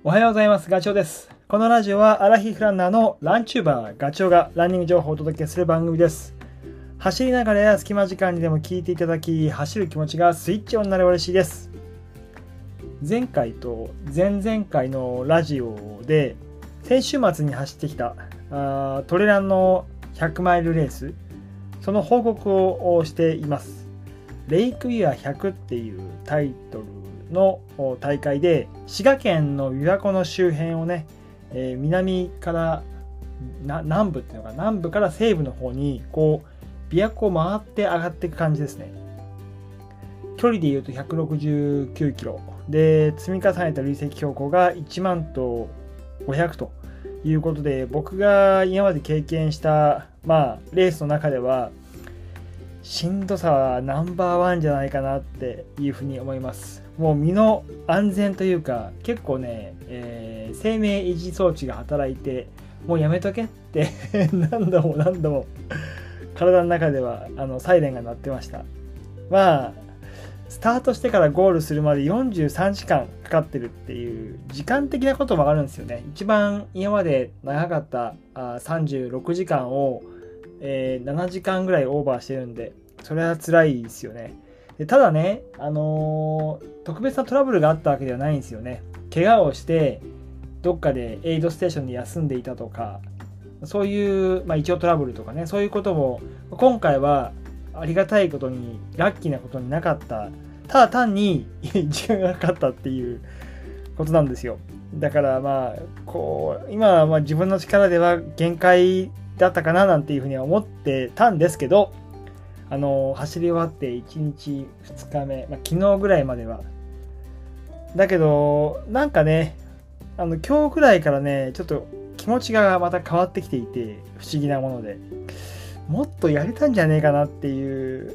おはようございます。ガチョウです。このラジオはアラヒフランナーのランチューバーガチョウがランニング情報をお届けする番組です。走りながらや隙間時間にでも聞いていただき、走る気持ちがスイッチオンになれば嬉しいです。前回と前々回のラジオで先週末に走ってきたトレランの100マイルレース、その報告をしています。レイクビュア100っていうタイトルの大会で滋賀県の琵琶湖の周辺をね、南から南部っていうのか南部から西部の方にこう琵琶湖を回って上がっていく感じですね。距離でいうと169キロで積み重ねた累積標高が1万と500ということで、僕が今まで経験したレースの中ではしんどさはナンバーワンじゃないかなっていうふうに思います。もう身の安全というか結構ね、生命維持装置が働いてもうやめとけって何度も体の中ではサイレンが鳴ってました。スタートしてからゴールするまで43時間かかってるっていう時間的なこともあるんですよね。一番今まで長かった36時間を、7時間ぐらいオーバーしてるんで、それは辛いですよね。でただね、特別なトラブルがあったわけではないんですよね。怪我をしてどっかでエイドステーションで休んでいたとか、そういう、胃腸トラブルとかね、そういうことも今回はありがたいことにラッキーなことになかった。ただ単に時間がかかったっていうことなんですよ。だから今は自分の力では限界だったかななんていうふうには思ってたんですけど、走り終わって1日2日目、昨日ぐらいまではだけどなんかね、今日ぐらいからねちょっと気持ちがまた変わってきていて、不思議なものでもっとやれたんじゃねえかなっていう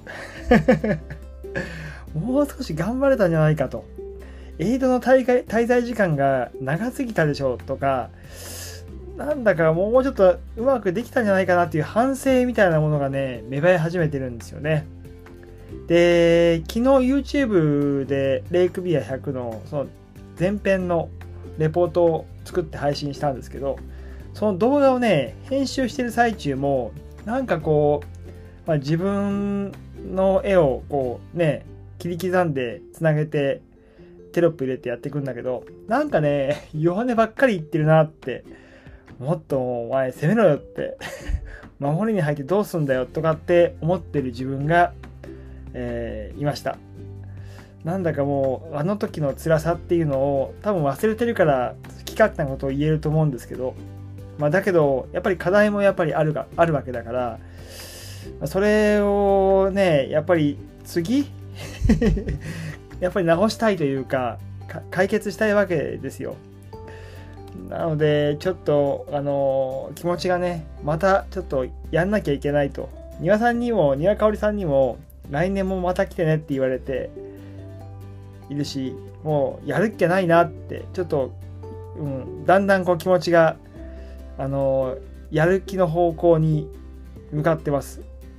もう少し頑張れたんじゃないかと、エイドの滞在時間が長すぎたでしょうとか、なんだかもうちょっとうまくできたんじゃないかなっていう反省みたいなものがね芽生え始めてるんですよね。で昨日 YouTube でレイクビア100のその前編のレポートを作って配信したんですけど、その動画をね編集してる最中もなんかこう、自分の絵をこうね切り刻んでつなげてテロップ入れてやっていくんだけど、なんかね弱音ばっかり言ってるなって、もっとお前攻めろよって守りに入ってどうすんだよとかって思ってる自分が、いました。なんだかもうあの時の辛さっていうのを多分忘れてるから好き勝手なことを言えると思うんですけど、だけどやっぱり課題もやっぱりあるわけだから、それをねやっぱり次やっぱり直したいというか解決したいわけですよ。なのでちょっと気持ちがねまたちょっとやんなきゃいけないと、庭香織さんにも来年もまた来てねって言われているし、もうやるっきゃないなってちょっと、だんだんこう気持ちがやる気の方向に向かってます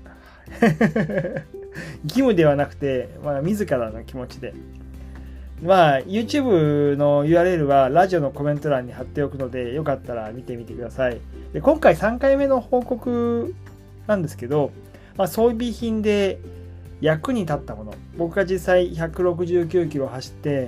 義務ではなくて、自らの気持ちで。YouTube の URL はラジオのコメント欄に貼っておくので、よかったら見てみてください。で今回3回目の報告なんですけど、装備品で役に立ったもの、僕が実際169キロ走って、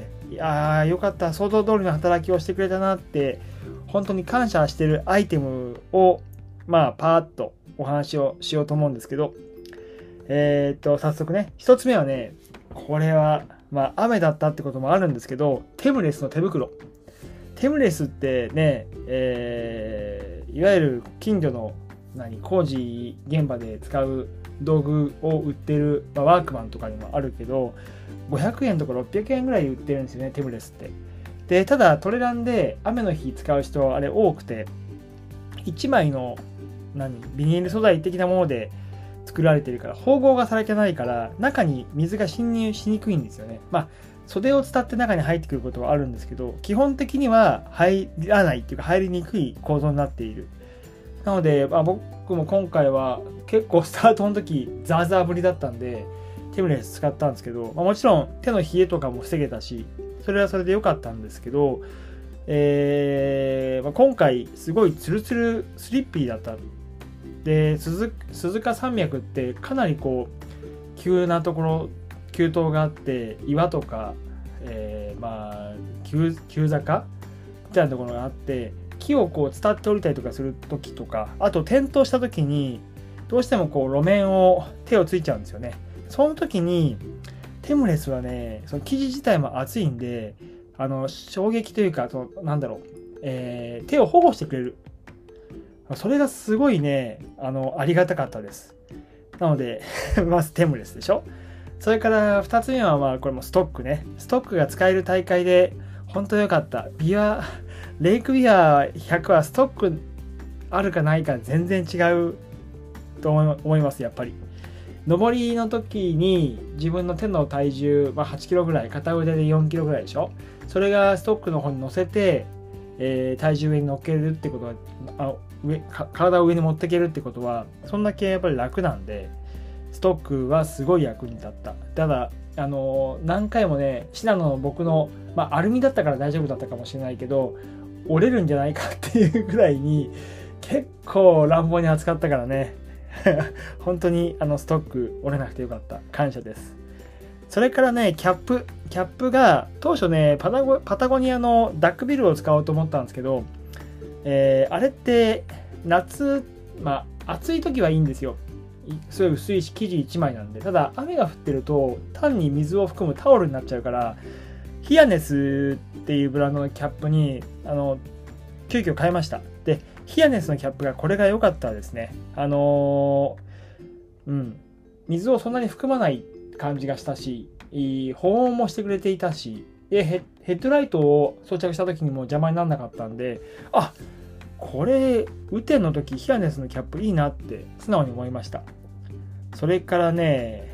よかった、想像通りの働きをしてくれたなって本当に感謝してるアイテムをパーッとお話をしようと思うんですけど、早速ね、一つ目はね、これは雨だったってこともあるんですけど、テムレスの手袋。テムレスってね、いわゆる近所の工事現場で使う道具を売ってる、ワークマンとかにもあるけど、500円とか600円ぐらいで売ってるんですよね、テムレスって。でただトレランで雨の日使う人あれ多くて、1枚のビニール素材的なもので作られてるから縫合がされてないから中に水が侵入しにくいんですよね。袖を伝って中に入ってくることはあるんですけど、基本的には入らないっていうか入りにくい構造になっている。なので、僕も今回は結構スタートの時ザーザー降りだったんでテムレス使ったんですけど、もちろん手の冷えとかも防げたし、それはそれで良かったんですけど、 今回すごいツルツルスリッピーだった。で鈴鹿山脈ってかなりこう急なところ、急登があって岩とか、急坂みたいなところがあって、木をこう伝って降りたりとかする時とか、あと転倒した時にどうしてもこう路面を手をついちゃうんですよね。その時にテムレスはね、その生地自体も厚いんで、衝撃というか、手を保護してくれる。それがすごいね、ありがたかったです。なのでまずテムレスでしょ。それから2つ目はこれもストックね。ストックが使える大会で本当良かった。レイクビア100はストックあるかないか全然違うと思います、やっぱり。上りの時に自分の手の体重、8キロぐらい、片腕で4キロぐらいでしょ。それがストックの方に乗せて、体重上に乗っけるってことは、体を上に持っていけるってことは、そんだけやっぱり楽なんで、ストックはすごい役に立った。ただ、何回もね、シナの僕の、アルミだったから大丈夫だったかもしれないけど、折れるんじゃないかっていうぐらいに、結構乱暴に扱ったからね。本当にストック折れなくてよかった。感謝です。それからね、キャップが当初ね、パタゴニアのダックビルを使おうと思ったんですけど、あれって夏、暑い時はいいんですよ。すごい薄いし生地1枚なんで。ただ雨が降ってると単に水を含むタオルになっちゃうから、ヒアネスっていうブランドのキャップに急遽変えました。でヒアネスのキャップがこれが良かったですね。水をそんなに含まない感じがしたし、保温もしてくれていたし、でヘッドライトを装着した時にも邪魔にならなかったんで、これ雨天の時ヒアネスのキャップいいなって素直に思いました。それからね、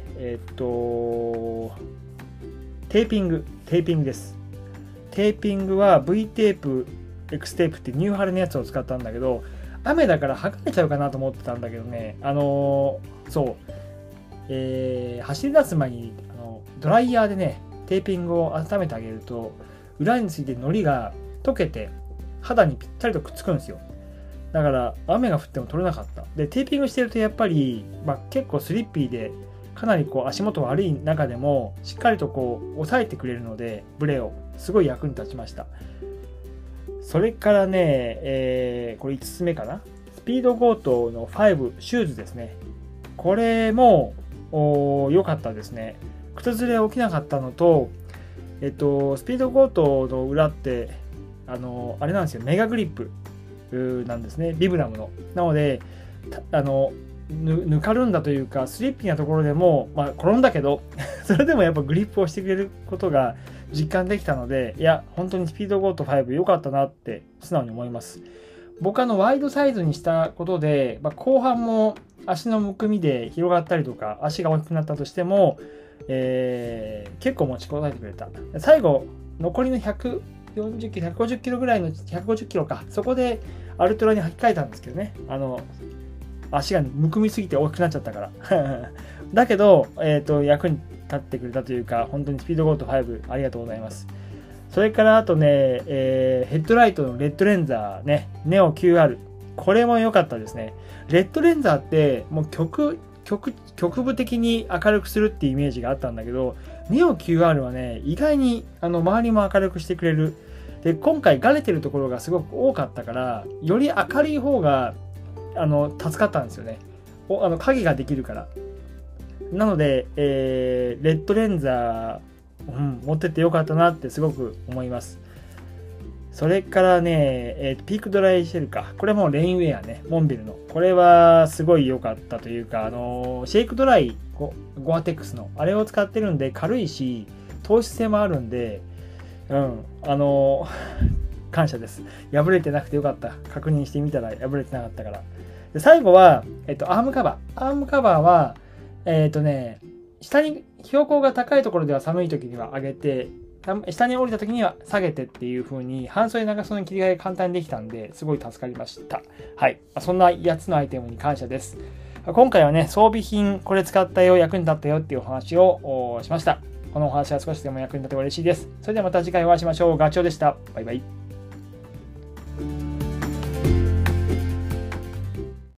テーピングです。テーピングは V テープ、X テープってニューハルのやつを使ったんだけど、雨だから剥がれちゃうかなと思ってたんだけどね、走り出す前にドライヤーでね、テーピングを温めてあげると、裏について糊が溶けて肌にぴったりとくっつくんですよ。だから雨が降っても取れなかった。でテーピングしてるとやっぱり、結構スリッピーでかなりこう足元悪い中でもしっかりとこう押さえてくれるので、ブレをすごい役に立ちました。それからね、これ5つ目かな、スピードゴートの5シューズですね。これも良かったですね。靴ずれ起きなかったのと、スピードゴートの裏ってあれなんですよ、メガグリップなんですね、ビブラムの。なのでぬかるんだというか、スリッピーなところでも、転んだけどそれでもやっぱグリップをしてくれることが実感できたので、いや本当にスピードゴート5良かったなって素直に思います。僕ワイドサイズにしたことで、後半も足のむくみで広がったりとか足が大きくなったとしても、結構持ちこたえてくれた。最後残りの140キロ150キロぐらいの150キロか、そこでアルトラに履き替えたんですけどね、足がむくみすぎて大きくなっちゃったからだけど、役に立ってくれたというか、本当にスピードゴート5ありがとうございます。それからあとね、ヘッドライトのレッドレンザーね、ネオ QR、 これも良かったですね。レッドレンザーってもう局部的に明るくするっていうイメージがあったんだけど、ネオ QR はね、意外に周りも明るくしてくれる。で今回ガレてるところがすごく多かったから、より明るい方が助かったんですよね。影ができるから。なので、レッドレンザー、持ってってよかったなってすごく思います。それからね、ピークドライシェルか。これもレインウェアね、モンベルの。これはすごい良かったというか、シェイクドライゴアテックスのあれを使ってるんで、軽いし透湿性もあるんで、感謝です。破れてなくてよかった。確認してみたら破れてなかったから。で最後は、アームカバー。アームカバーは、下に標高が高いところでは寒い時には上げて、下に降りた時には下げてっていう風に、半袖長袖の切り替えが簡単にできたんで、すごい助かりました。はい。そんな8つのアイテムに感謝です。今回はね、装備品、これ使ったよ、役に立ったよっていうお話をしました。このお話は少しでも役に立てば嬉しいです。それではまた次回お会いしましょう。ガチョウでした。バイバイ。